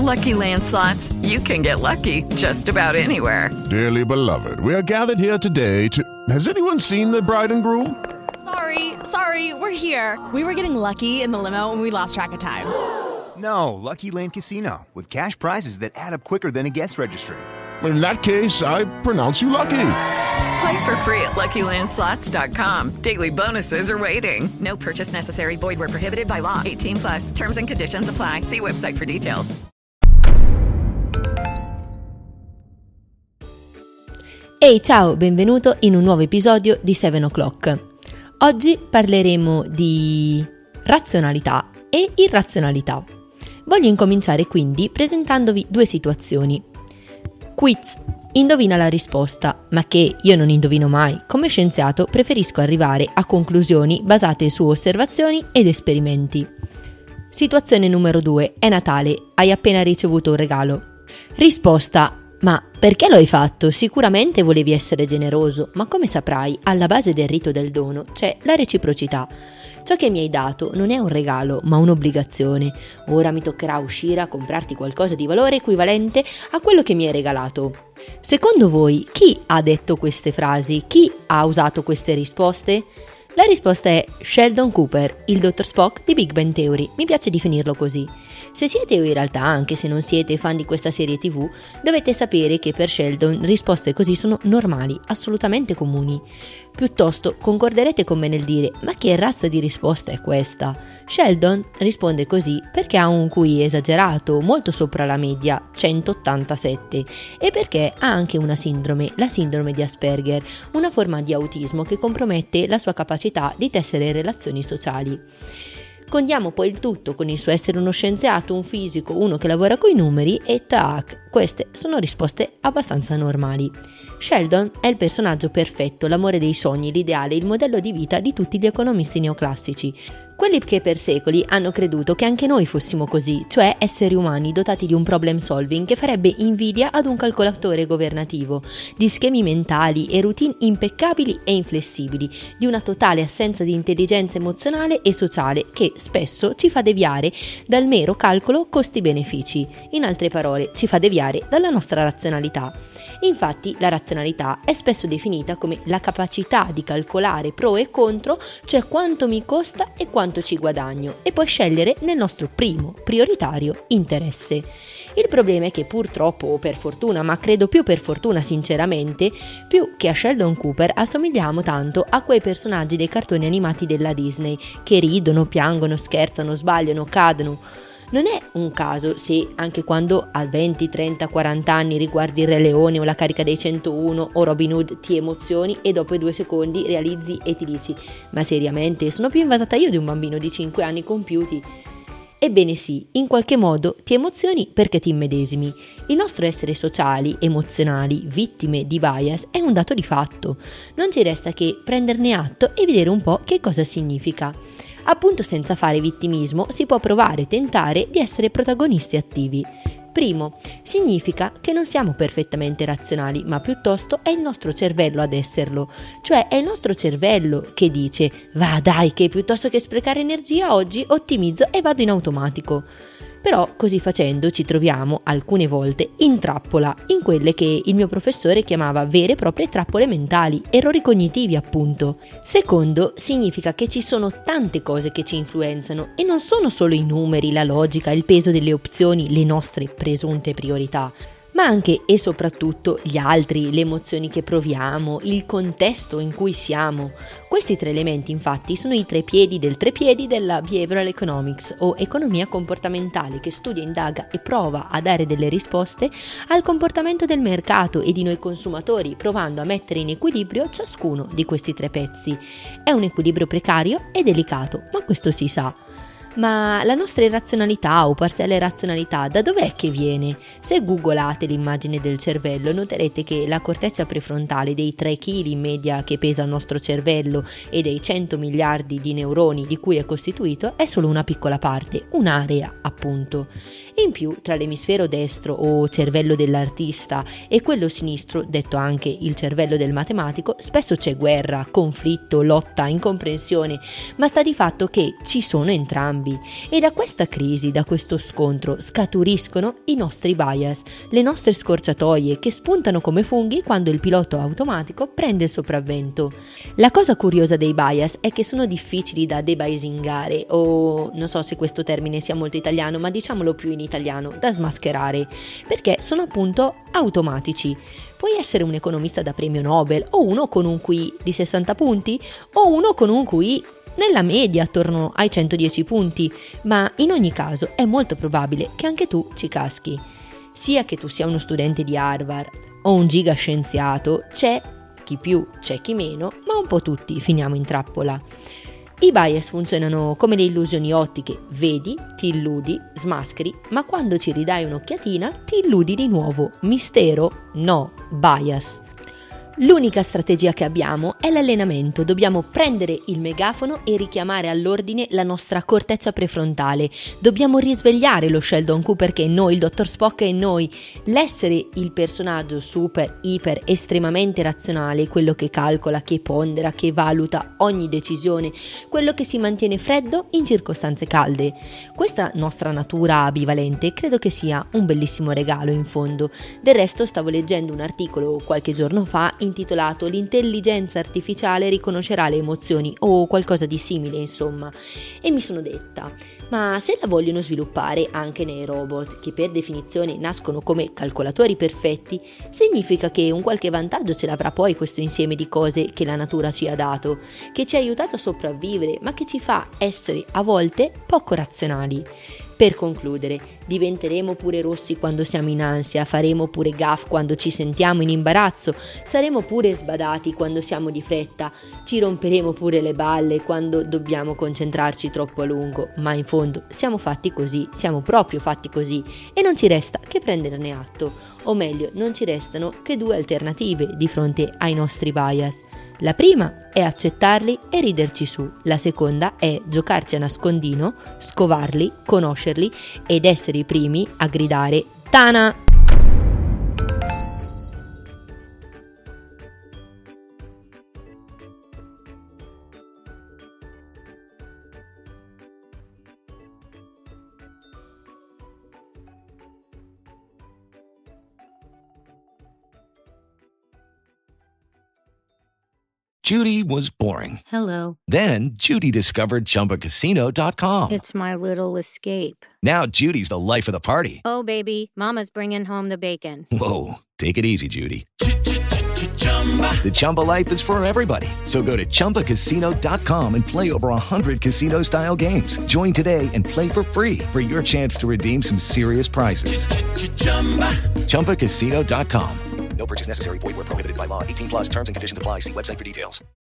Lucky Land Slots, you can get lucky just about anywhere. Dearly beloved, we are gathered here today to... Has anyone seen the bride and groom? Sorry, we're here. We were getting lucky in the limo and we lost track of time. No, Lucky Land Casino, with cash prizes that add up quicker than a guest registry. In that case, I pronounce you lucky. Play for free at LuckyLandSlots.com. Daily bonuses are waiting. No purchase necessary. Void where prohibited by law. 18+. Terms and conditions apply. See website for details. Ehi, ciao, benvenuto in un nuovo episodio di 7 O'Clock. Oggi parleremo di razionalità e irrazionalità. Voglio incominciare quindi presentandovi due situazioni. Quiz. Indovina la risposta, ma che io non indovino mai. Come scienziato preferisco arrivare a conclusioni basate su osservazioni ed esperimenti. Situazione numero 2. È Natale, hai appena ricevuto un regalo. Risposta. Ma perché lo hai fatto? Sicuramente volevi essere generoso, ma come saprai, alla base del rito del dono c'è la reciprocità. Ciò che mi hai dato non è un regalo, ma un'obbligazione. Ora mi toccherà uscire a comprarti qualcosa di valore equivalente a quello che mi hai regalato. Secondo voi, chi ha detto queste frasi? Chi ha usato queste risposte? La risposta è Sheldon Cooper, il dottor Spock di Big Bang Theory. Mi piace definirlo così. Se siete o in realtà, anche se non siete fan di questa serie TV, dovete sapere che per Sheldon risposte così sono normali, assolutamente comuni. Piuttosto concorderete con me nel dire: ma che razza di risposta è questa? Sheldon risponde così perché ha un QI esagerato, molto sopra la media, 187, e perché ha anche una sindrome, la sindrome di Asperger, una forma di autismo che compromette la sua capacità di tessere relazioni sociali. Condiamo poi il tutto con il suo essere uno scienziato, un fisico, uno che lavora coi numeri e tac, queste sono risposte abbastanza normali. Sheldon è il personaggio perfetto, l'amore dei sogni, l'ideale, il modello di vita di tutti gli economisti neoclassici. Quelli che per secoli hanno creduto che anche noi fossimo così, cioè esseri umani dotati di un problem solving che farebbe invidia ad un calcolatore governativo, di schemi mentali e routine impeccabili e inflessibili, di una totale assenza di intelligenza emozionale e sociale che spesso ci fa deviare dal mero calcolo costi-benefici. In altre parole, ci fa deviare dalla nostra razionalità. Infatti, la razionalità è spesso definita come la capacità di calcolare pro e contro, cioè quanto mi costa e quanto ci guadagno, e poi scegliere nel nostro primo, prioritario interesse. Il problema è che purtroppo, o per fortuna, ma credo più per fortuna sinceramente, più che a Sheldon Cooper assomigliamo tanto a quei personaggi dei cartoni animati della Disney che ridono, piangono, scherzano, sbagliano, cadono. Non è un caso se anche quando a 20, 30, 40 anni riguardi il Re Leone o la carica dei 101 o Robin Hood ti emozioni e dopo 2 secondi realizzi e ti dici: ma seriamente, sono più invasata io di un bambino di 5 anni compiuti? Ebbene sì, in qualche modo ti emozioni perché ti immedesimi. Il nostro essere sociali, emozionali, vittime di bias è un dato di fatto. Non ci resta che prenderne atto e vedere un po' che cosa significa. Appunto, senza fare vittimismo si può provare e tentare di essere protagonisti attivi. Primo, significa che non siamo perfettamente razionali, ma piuttosto è il nostro cervello ad esserlo. Cioè è il nostro cervello che dice: va dai, che piuttosto che sprecare energia oggi ottimizzo e vado in automatico. Però così facendo ci troviamo alcune volte in trappola, in quelle che il mio professore chiamava vere e proprie trappole mentali, errori cognitivi appunto. Secondo, significa che ci sono tante cose che ci influenzano e non sono solo i numeri, la logica, il peso delle opzioni, le nostre presunte priorità, ma anche e soprattutto gli altri, le emozioni che proviamo, il contesto in cui siamo. Questi 3 elementi infatti sono i 3 piedi del trepiedi della behavioral economics o economia comportamentale, che studia, indaga e prova a dare delle risposte al comportamento del mercato e di noi consumatori, provando a mettere in equilibrio ciascuno di questi 3 pezzi. È un equilibrio precario e delicato, ma questo si sa. Ma la nostra irrazionalità o parziale razionalità da dov'è che viene? Se googolate l'immagine del cervello noterete che la corteccia prefrontale, dei 3 kg in media che pesa il nostro cervello e dei 100 miliardi di neuroni di cui è costituito, è solo una piccola parte, un'area appunto. In più, tra l'emisfero destro o cervello dell'artista e quello sinistro, detto anche il cervello del matematico, spesso c'è guerra, conflitto, lotta, incomprensione, ma sta di fatto che ci sono entrambi. E da questa crisi, da questo scontro, scaturiscono i nostri bias, le nostre scorciatoie che spuntano come funghi quando il pilota automatico prende il sopravvento. La cosa curiosa dei bias è che sono difficili da debiasingare, o non so se questo termine sia molto italiano, ma diciamolo più in italiano, da smascherare, perché sono appunto automatici. Puoi essere un economista da premio Nobel, o uno con un QI di 60 punti, o uno con un QI nella media attorno ai 110 punti, ma in ogni caso è molto probabile che anche tu ci caschi. Sia che tu sia uno studente di Harvard o un giga scienziato, c'è chi più, c'è chi meno, ma un po' tutti finiamo in trappola. I bias funzionano come le illusioni ottiche: vedi, ti illudi, smascheri, ma quando ci ridai un'occhiatina ti illudi di nuovo. Mistero? No, bias. L'unica strategia che abbiamo è l'allenamento. Dobbiamo prendere il megafono e richiamare all'ordine la nostra corteccia prefrontale. Dobbiamo risvegliare lo Sheldon Cooper che è noi, il dottor Spock è noi, l'essere il personaggio super, iper, estremamente razionale, quello che calcola, che pondera, che valuta ogni decisione, quello che si mantiene freddo in circostanze calde. Questa nostra natura ambivalente credo che sia un bellissimo regalo in fondo. Del resto stavo leggendo un articolo qualche giorno fa intitolato "L'intelligenza artificiale riconoscerà le emozioni" o qualcosa di simile, insomma, e mi sono detta: ma se la vogliono sviluppare anche nei robot, che per definizione nascono come calcolatori perfetti, significa che un qualche vantaggio ce l'avrà poi questo insieme di cose che la natura ci ha dato, che ci ha aiutato a sopravvivere, ma che ci fa essere a volte poco razionali. Per concludere, diventeremo pure rossi quando siamo in ansia, faremo pure gaffe quando ci sentiamo in imbarazzo, saremo pure sbadati quando siamo di fretta, ci romperemo pure le balle quando dobbiamo concentrarci troppo a lungo, ma in fondo siamo fatti così, siamo proprio fatti così e non ci resta che prenderne atto, o meglio, non ci restano che due alternative di fronte ai nostri bias. La prima è accettarli e riderci su, la seconda è giocarci a nascondino, scovarli, conoscerli ed essere i primi a gridare "Tana!". Judy was boring. Hello. Then Judy discovered ChumbaCasino.com. It's my little escape. Now Judy's the life of the party. Oh, baby, mama's bringing home the bacon. Whoa, take it easy, Judy. The Chumba life is for everybody. So go to ChumbaCasino.com and play over 100 casino-style games. Join today and play for free for your chance to redeem some serious prizes. ChumbaCasino.com. No purchase necessary. Void where prohibited by law. 18+ terms and conditions apply. See website for details.